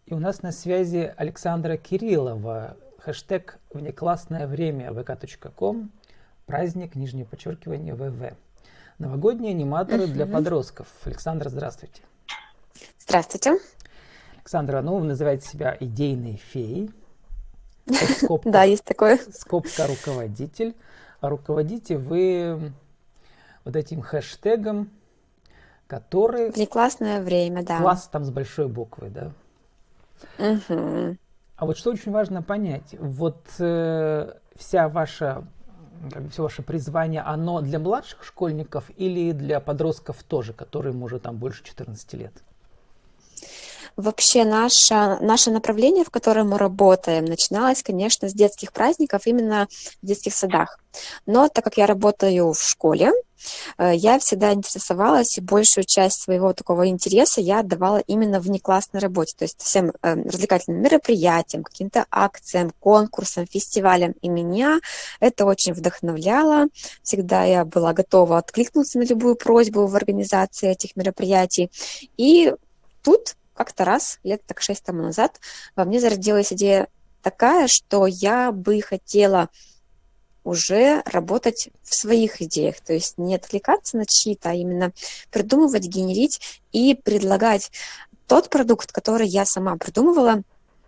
И у нас на связи Александра Кириллова. Хэштег «Внеклассное время» vk.com. Праздник, нижнее подчеркивание, ВВ. Новогодние аниматоры для подростков. Александра, здравствуйте. Здравствуйте. Александра, ну вы называете себя идейной феей. Да, есть такое. Скобка руководитель. А руководите вы вот этим хэштегом, который... Внеклассное время, да. Класс там с большой буквы, да? Угу. А вот что очень важно понять, вот все ваше призвание, оно для младших школьников или для подростков тоже, которым уже там больше 14 лет? Вообще наше направление, в котором мы работаем, начиналось, конечно, с детских праздников, именно в детских садах. Но так как я работаю в школе, я всегда интересовалась, и большую часть своего такого интереса я отдавала именно внеклассной работе, то есть всем развлекательным мероприятиям, каким-то акциям, конкурсам, фестивалям. И меня это очень вдохновляло. Всегда я была готова откликнуться на любую просьбу в организации этих мероприятий. И тут как-то раз, лет так 6 тому назад, во мне зародилась идея такая, что я бы хотела уже работать в своих идеях, то есть не отвлекаться на чьи-то, а именно придумывать, генерить и предлагать тот продукт, который я сама придумываю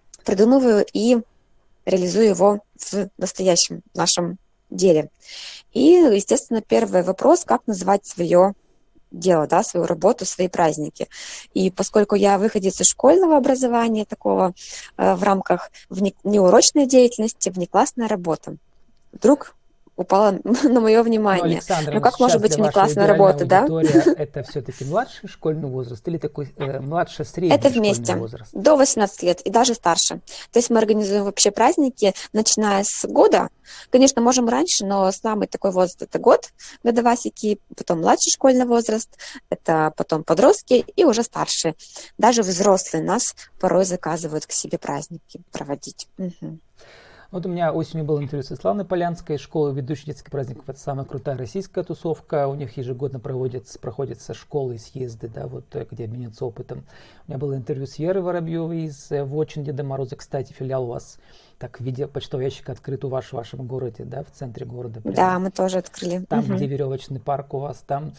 и реализую его в настоящем нашем деле. И, естественно, первый вопрос, как называть свое дело, да, свою работу, свои праздники. И поскольку я выходец из школьного образования такого в рамках неурочной деятельности, внеклассная работа, вдруг упала на мое внимание. Ну, Александра, но как может быть внеклассная работа, да? Это все-таки младший школьный возраст или такой младше-средний это школьный вместе, возраст? до 18 лет и даже старше. То есть мы организуем вообще праздники, начиная с года. Конечно, можем раньше, но самый такой возраст – это год, годовасики, потом младший школьный возраст, это потом подростки и уже старшие. Даже взрослые нас порой заказывают к себе праздники проводить. Угу. Вот у меня осенью был интервью с Светланой Полянской из школы ведущих детских праздников. Это самая крутая российская тусовка. У них ежегодно проходятся школы и съезды, да, вот, где обмениваются опытом. У меня было интервью с Верой Воробьевой из Watching Деда Мороза. Кстати, филиал у вас, так, в виде почтового ящика открыт в вашем городе, да, в центре города. Прямо. Да, мы тоже открыли. Там, где веревочный парк у вас там.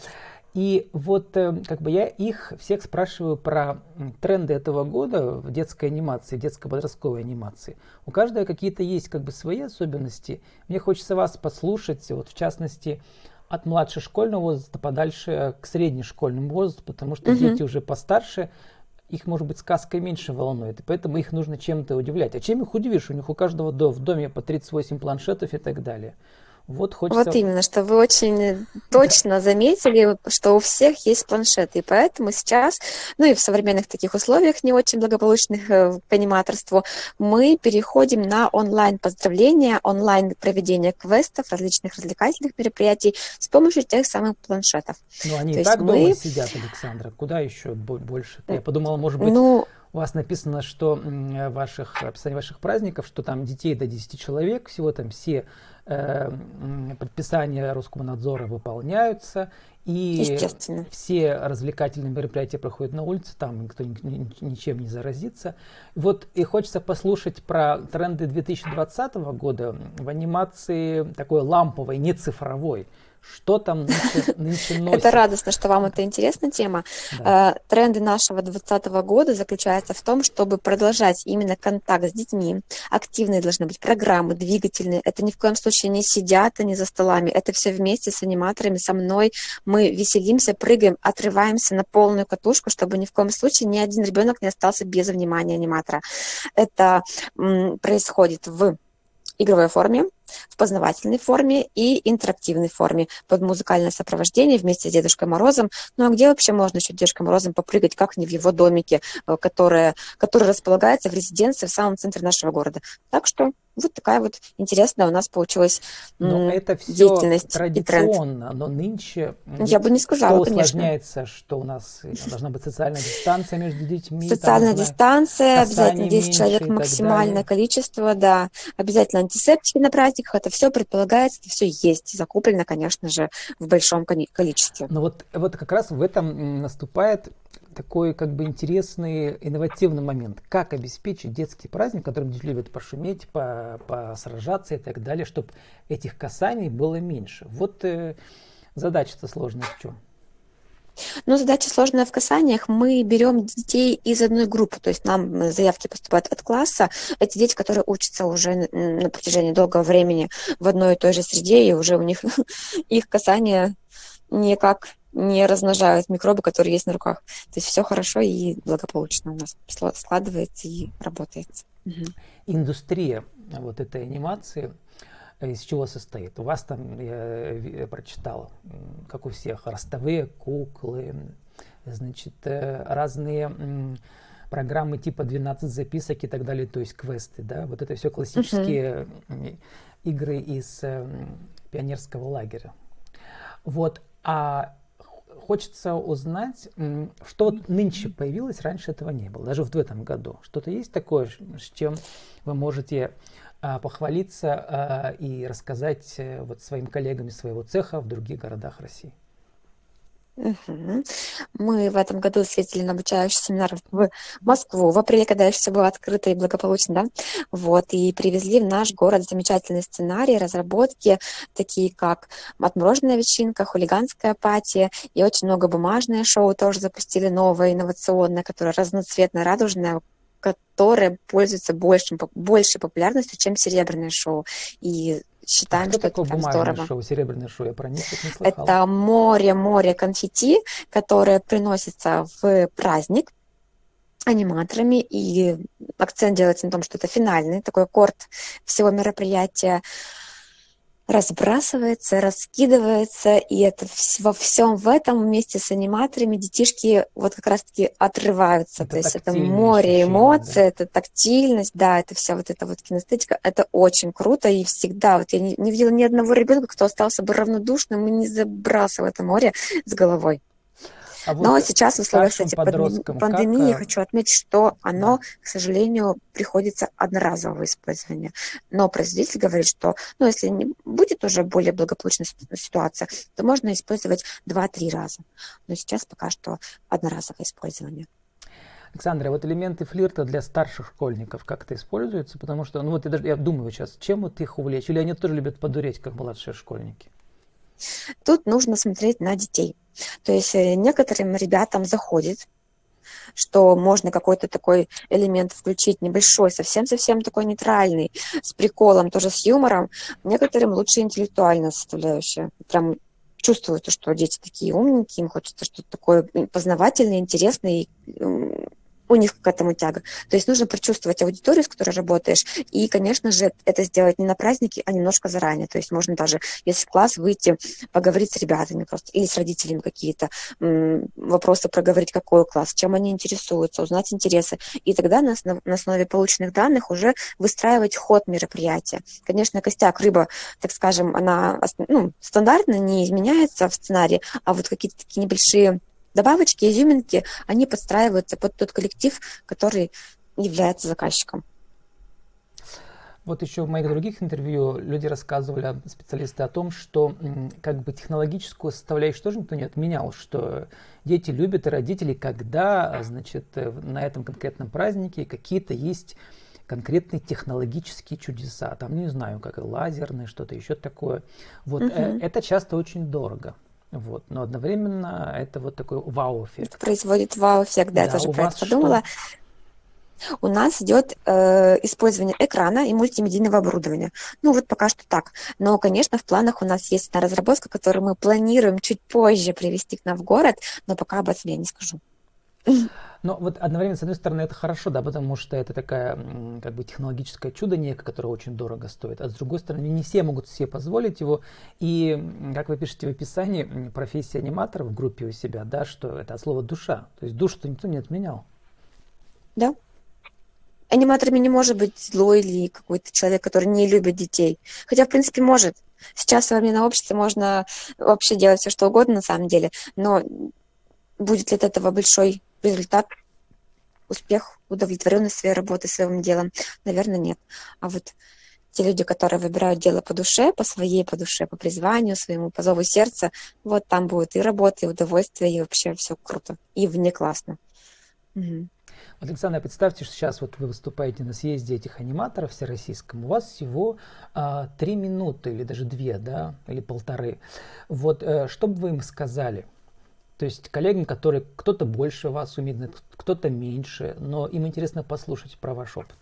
И вот как бы я их всех спрашиваю про тренды этого года в детской анимации, детско-подростковой анимации. У каждого какие-то есть как бы свои особенности. Мне хочется вас послушать, вот в частности, от младшешкольного возраста подальше к среднешкольному возрасту, потому что дети уже постарше, их, может быть, сказка меньше волнует, и поэтому их нужно чем-то удивлять. А чем их удивишь? У них у каждого в доме по 38 планшетов и так далее. Вот именно, что вы очень точно заметили, что у всех есть планшеты, и поэтому сейчас, ну и в современных таких условиях, не очень благополучных к аниматорству, мы переходим на онлайн-поздравления, онлайн-проведение квестов, различных развлекательных мероприятий с помощью тех самых планшетов. Ну, они и так дома сидят, Александра, куда еще больше? Я подумала, может быть, у вас написано, что описание ваших праздников, что там детей до 10 человек, всего там все предписания Роскомнадзора выполняются, и все развлекательные мероприятия проходят на улице, там никто ничем не заразится. Вот и хочется послушать про тренды 2020 года в анимации такой ламповой, не цифровой. Что там нынче носит? Это радостно, что вам это интересная тема. Да. Тренды нашего 2020 года заключаются в том, чтобы продолжать именно контакт с детьми. Активные должны быть программы, двигательные. Это ни в коем случае не сидят они за столами. Это все вместе с аниматорами, со мной. Мы веселимся, прыгаем, отрываемся на полную катушку, чтобы ни в коем случае ни один ребенок не остался без внимания аниматора. Это происходит в игровой форме, в познавательной форме и интерактивной форме, под музыкальное сопровождение вместе с Дедушкой Морозом. Ну а где вообще можно еще Дедушкой Морозом попрыгать, как не в его домике, который располагается в резиденции в самом центре нашего города. Так что вот такая вот интересная у нас получилась это все деятельность традиционно, но нынче я бы не сказала, что усложняется, что у нас должна быть социальная дистанция между детьми. Социальная дистанция, обязательно 10 человек максимальное количество, да, обязательно антисептики на праздниках, это все предполагается, это все есть, закуплено, конечно же, в большом количестве. Но вот как раз в этом наступает такой как бы интересный, инновативный момент. Как обеспечить детский праздник, в котором дети любят пошуметь, посражаться и так далее, чтобы этих касаний было меньше. Вот задача-то сложная в чем? Ну, задача сложная в касаниях. Мы берем детей из одной группы, то есть нам заявки поступают от класса. Эти дети, которые учатся уже на протяжении долгого времени в одной и той же среде, и уже у них их касания никак не размножают микробы, которые есть на руках. То есть все хорошо и благополучно у нас складывается и работает. Индустрия вот этой анимации из чего состоит? У вас там, я прочитал, как у всех, ростовые куклы, значит, разные программы типа 12 записок и так далее, то есть квесты, да, вот это все классические игры из пионерского лагеря. Вот, а хочется узнать, что вот нынче появилось, раньше этого не было, даже вот в этом году. Что-то есть такое, с чем вы можете похвалиться и рассказать вот своим коллегам из своего цеха в других городах России? Мы в этом году съездили на обучающий семинар в Москву в апреле, когда еще все было открыто и благополучно, да, вот, и привезли в наш город замечательные сценарии, разработки, такие как «Отмороженная вечеринка», «Хулиганская пати» и очень много бумажное шоу тоже запустили новое, инновационное, которое разноцветное, радужное, которое пользуется большей популярностью, чем серебряное шоу. И считаем, что что такое это прям бумажное здорово. шоу, серебряное шоу? Я про них вот не слыхал. Это море конфетти, которое приносится в праздник аниматорами, и акцент делается на том, что это финальный такой аккорд всего мероприятия. Разбрасывается, раскидывается, и это во всем в этом вместе с аниматорами детишки вот как раз-таки отрываются. Это То есть это тактильные море ощущения, эмоций, да? это тактильность, да, это вся вот эта вот кинестетика. Это очень круто, и всегда, вот я не видела ни одного ребенка, кто остался бы равнодушным и не забрался в это море с головой. А Но вот сейчас в условиях, старшим кстати, подросткам пандемии я как... хочу отметить, что оно, Да. к сожалению, приходится одноразового использования. Но производитель говорит, что если не будет уже более благополучная ситуация, то можно использовать 2-3 раза. Но сейчас пока что одноразовое использование. Александра, вот элементы флирта для старших школьников как-то используются? Потому что, я думаю сейчас, чем вот их увлечь? Или они тоже любят подуреть, как младшие школьники? Тут нужно смотреть на детей. То есть некоторым ребятам заходит, что можно какой-то такой элемент включить небольшой, совсем-совсем такой нейтральный, с приколом, тоже с юмором. Некоторым лучше интеллектуальная составляющая. Прям чувствуют, что дети такие умненькие, им хочется что-то такое познавательное, интересное, у них к этому тяга. То есть нужно прочувствовать аудиторию, с которой работаешь, и, конечно же, это сделать не на празднике, а немножко заранее. То есть можно даже, если в класс выйти, поговорить с ребятами просто, или с родителями какие-то вопросы проговорить, какой класс, чем они интересуются, узнать интересы. И тогда на основе полученных данных уже выстраивать ход мероприятия. Конечно, костяк, рыба, так скажем, она стандартно не изменяется в сценарии, а вот какие-то такие небольшие добавочки, изюминки, они подстраиваются под тот коллектив, который является заказчиком. Вот еще в моих других интервью люди рассказывали, специалисты, о том, что как бы технологическую составляющую тоже никто не отменял, что дети любят и родители, когда, значит, на этом конкретном празднике какие-то есть конкретные технологические чудеса. Там, не знаю, как лазерные, что-то еще такое. Вот это часто очень дорого. Вот. Но одновременно это вот такой вау-эффект. Это производит вау-эффект, да, я тоже про это подумала. У нас идет использование экрана и мультимедийного оборудования. Вот пока что так. Но, конечно, в планах у нас есть одна разработка, которую мы планируем чуть позже привезти к нам в город, но пока об этом я не скажу. Но вот одновременно, с одной стороны, это хорошо, да, потому что это такая как бы технологическое чудо некое, которое очень дорого стоит. А с другой стороны, не все могут себе позволить его. И, как вы пишете в описании, профессия аниматора в группе у себя, да, что это от слова душа. То есть душу-то никто не отменял. Да. Аниматорами не может быть злой или какой-то человек, который не любит детей. Хотя, в принципе, может. Сейчас в современном обществе можно вообще делать все, что угодно на самом деле. Но будет ли от этого большой результат, успех, удовлетворенность своей работой, своим делом? Наверное, нет. А вот те люди, которые выбирают дело по душе, по своей по душе, по призванию своему, по зову сердца, вот там будет и работа, и удовольствие, и вообще все круто, и внеклассно. Мгм. Вот, Александра, представьте, что сейчас вот вы выступаете на съезде этих аниматоров всероссийском, у вас всего 3 минуты или даже 2, да, или полторы. Вот, что бы вы им сказали? То есть коллегам, которые кто-то больше вас умеет, кто-то меньше, но им интересно послушать про ваш опыт.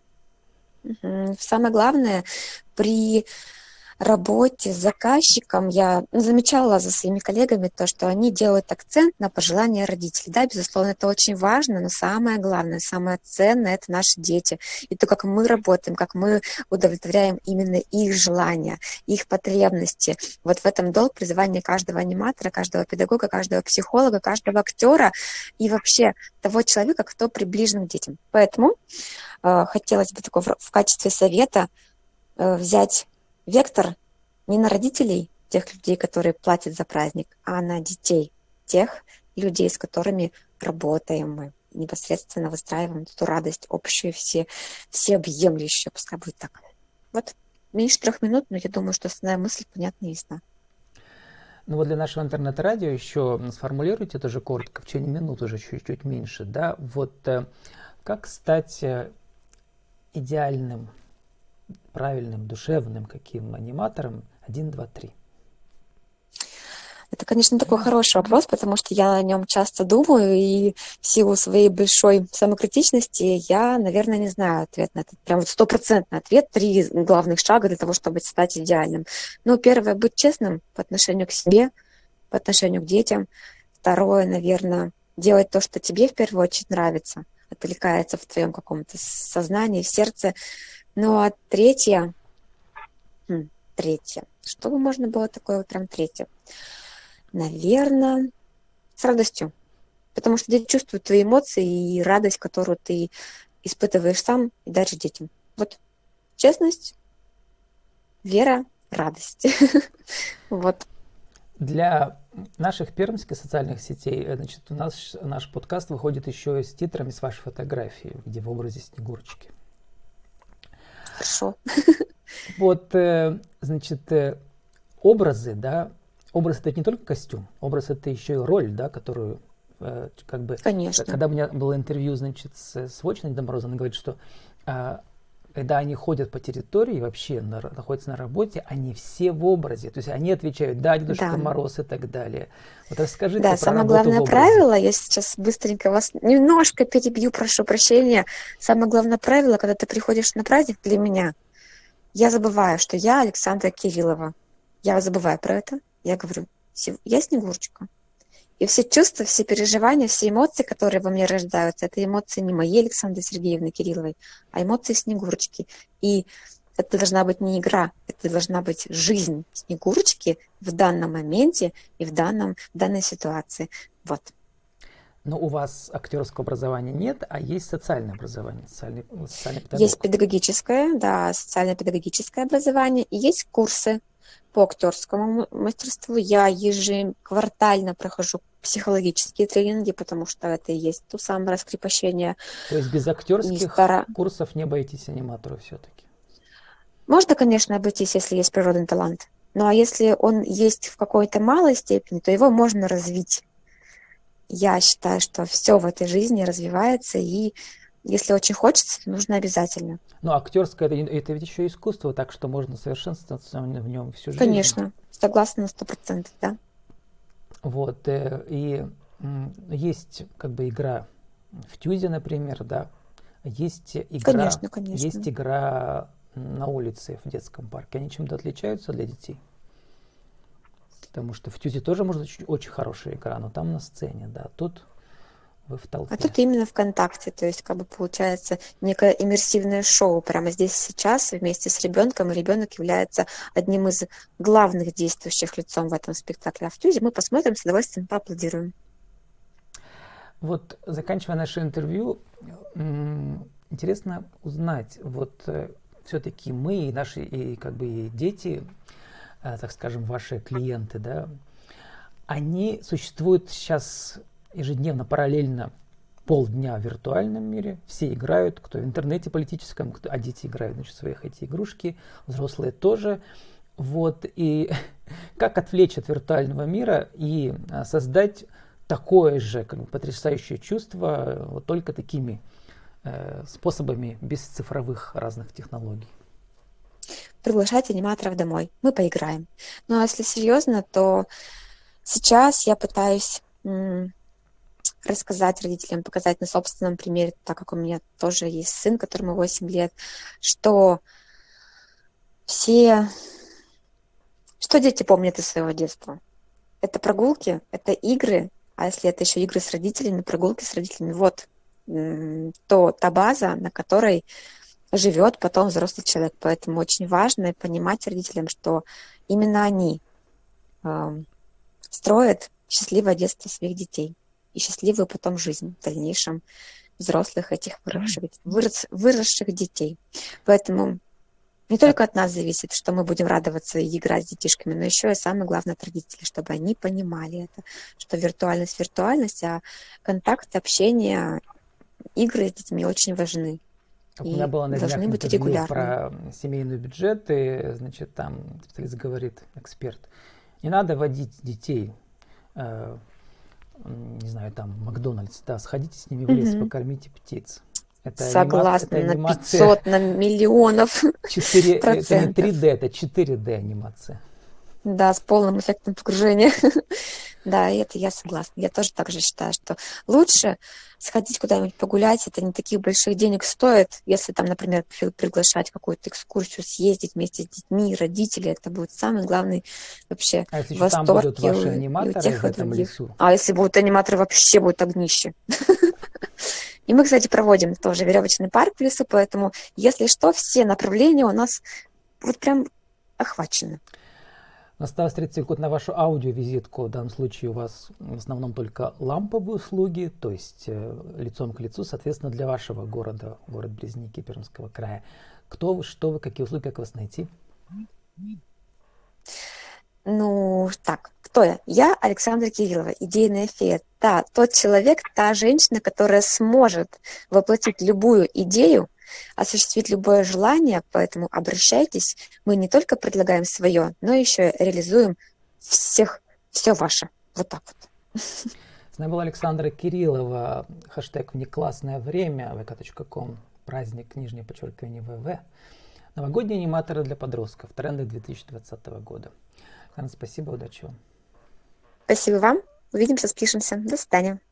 Самое главное, при работе с заказчиком я замечала за своими коллегами то, что они делают акцент на пожелания родителей. Да, безусловно, это очень важно, но самое главное, самое ценное – это наши дети. И то, как мы работаем, как мы удовлетворяем именно их желания, их потребности. Вот в этом долг призвания каждого аниматора, каждого педагога, каждого психолога, каждого актера и вообще того человека, кто приближен к детям. Поэтому хотелось бы такого в качестве совета взять вектор не на родителей, тех людей, которые платят за праздник, а на детей, тех людей, с которыми работаем мы, непосредственно выстраиваем эту радость общую, всеобъемлющую, пускай будет так. Вот, меньше 3 минут, но я думаю, что основная мысль понятна и ясна. Ну вот для нашего интернет-радио еще сформулируйте тоже коротко, в течение минут уже чуть-чуть меньше, да, вот как стать идеальным, правильным, душевным каким аниматором 1, 2, 3? Это, конечно, такой хороший вопрос, потому что я о нем часто думаю, и в силу своей большой самокритичности я, наверное, не знаю ответ на этот, прям вот стопроцентный ответ, 3 главных шага для того, чтобы стать идеальным. Ну, первое, быть честным по отношению к себе, по отношению к детям. Второе, наверное, делать то, что тебе в первую очередь нравится, откликается в твоем каком-то сознании, в сердце. Ну, а третье, что бы можно было такое вот прям третье? Наверное, с радостью. Потому что дети чувствуют твои эмоции и радость, которую ты испытываешь сам и даришь детям. Вот честность, вера, радость. Вот. Для наших пермских социальных сетей, значит, у нас наш подкаст выходит еще и с титрами с вашей фотографией, где в образе Снегурочки. Хорошо. Вот, значит, образы, да, образ это не только костюм, образ это еще и роль, да, которую как бы... Конечно. Когда у меня было интервью, значит, с Вочиной Дедом Морозом, она говорит, что когда они ходят по территории, вообще находятся на работе, они все в образе. То есть они отвечают, да, Дедушка Мороз и так далее. Вот расскажите про самое работу главное в образе. правило, я сейчас быстренько вас немножко перебью, прошу прощения. Самое главное правило, когда ты приходишь на праздник для меня, я забываю, что я Александра Кириллова. Я забываю про это. Я говорю, я Снегурочка. И все чувства, все переживания, все эмоции, которые во мне рождаются, это эмоции не моей Александры Сергеевны Кирилловой, а эмоции Снегурочки. И это должна быть не игра, это должна быть жизнь Снегурочки в данном моменте и в данной ситуации. Вот. Но у вас актерского образования нет, а есть социальное образование, социальный педагог. Есть педагогическое, да, социально-педагогическое образование, и есть курсы по актерскому мастерству. Я ежеквартально прохожу психологические тренинги, потому что это и есть то самое раскрепощение. То есть без актерских курсов не боитесь аниматору все-таки? Можно, конечно, обойтись, если есть природный талант. Ну а если он есть в какой-то малой степени, то его можно развить. Я считаю, что все в этой жизни развивается, и если очень хочется, то нужно обязательно. Но актерское это ведь еще искусство, так что можно совершенствоваться в нем всю жизнь. Конечно, согласна на 100%, да. Вот, и есть как бы игра в тюзе, например, да, есть игра, конечно. есть игра на улице в детском парке. Они чем-то отличаются для детей? Потому что в тюзе тоже может быть очень хорошая игра, но там на сцене, да, тут вы в толпе. А тут именно в контакте, то есть как бы получается некое иммерсивное шоу прямо здесь и сейчас вместе с ребенком, и ребенок является одним из главных действующих лицом в этом спектакле. А в тюзе мы посмотрим, с удовольствием поаплодируем. Вот, заканчивая наше интервью, интересно узнать, вот все-таки мы и наши и как бы и дети, так скажем, ваши клиенты, да, они существуют сейчас ежедневно, параллельно, полдня в виртуальном мире, все играют, кто в интернете политическом, а дети играют, значит, своих эти игрушки, взрослые тоже. Вот, и как отвлечь от виртуального мира и создать такое же как бы потрясающее чувство вот только такими способами без цифровых разных технологий. Приглашать аниматоров домой. Мы поиграем. Ну а если серьезно, то сейчас я пытаюсь рассказать родителям, показать на собственном примере, так как у меня тоже есть сын, которому 8 лет, что что дети помнят из своего детства. Это прогулки, это игры, а если это еще игры с родителями, прогулки с родителями, вот та база, на которой живет потом взрослый человек. Поэтому очень важно понимать родителям, что именно они строят счастливое детство своих детей и счастливую потом жизнь в дальнейшем взрослых этих выросших детей. Поэтому не только от нас зависит, что мы будем радоваться и играть с детишками, но еще и самое главное от родителей, чтобы они понимали это, что виртуальность, а контакт, общение, игры с детьми очень важны. У меня было на днях должны быть интервью регулярны. про семейный бюджет, и, значит, там специалист говорит, эксперт, не надо водить детей, не знаю, там, в Макдональдс, да, сходите с ними в лес, покормите птиц. Это Согласна, это на 500, на миллионов 4, это не процентов. 3D, это 4D анимация. Да, с полным эффектом погружения. Да, и это я согласна. Я тоже так же считаю, что лучше сходить куда-нибудь погулять, это не таких больших денег стоит, если там, например, приглашать какую-то экскурсию, съездить вместе с детьми, родители, это будет самый главный вообще А если еще там восторг будут и ваши у аниматоры тех, в и у этом других. лесу? А если будут аниматоры, вообще будет огнище. И мы, кстати, проводим тоже веревочный парк в лесу, поэтому, если что, все направления у нас вот прям охвачены. Осталось 30 секунд на вашу аудиовизитку. В данном случае у вас в основном только ламповые услуги, то есть лицом к лицу, соответственно, для вашего города, город Березники Пермского края. Кто вы, что вы, какие услуги, как вас найти? Ну, так, кто я? Я Александра Кириллова, идейная фея. Тот человек, та женщина, которая сможет воплотить любую идею, осуществить любое желание, поэтому обращайтесь. Мы не только предлагаем свое, но еще реализуем все ваше. Вот так вот. С нами была Александра Кириллова, хэштег «Внеклассное время», vk.com, праздник, нижнее подчеркивание ВВ. Новогодние аниматоры для подростков, тренды 2020 года. Анна, спасибо, удачи вам. Спасибо вам. Увидимся, спишемся. До свидания.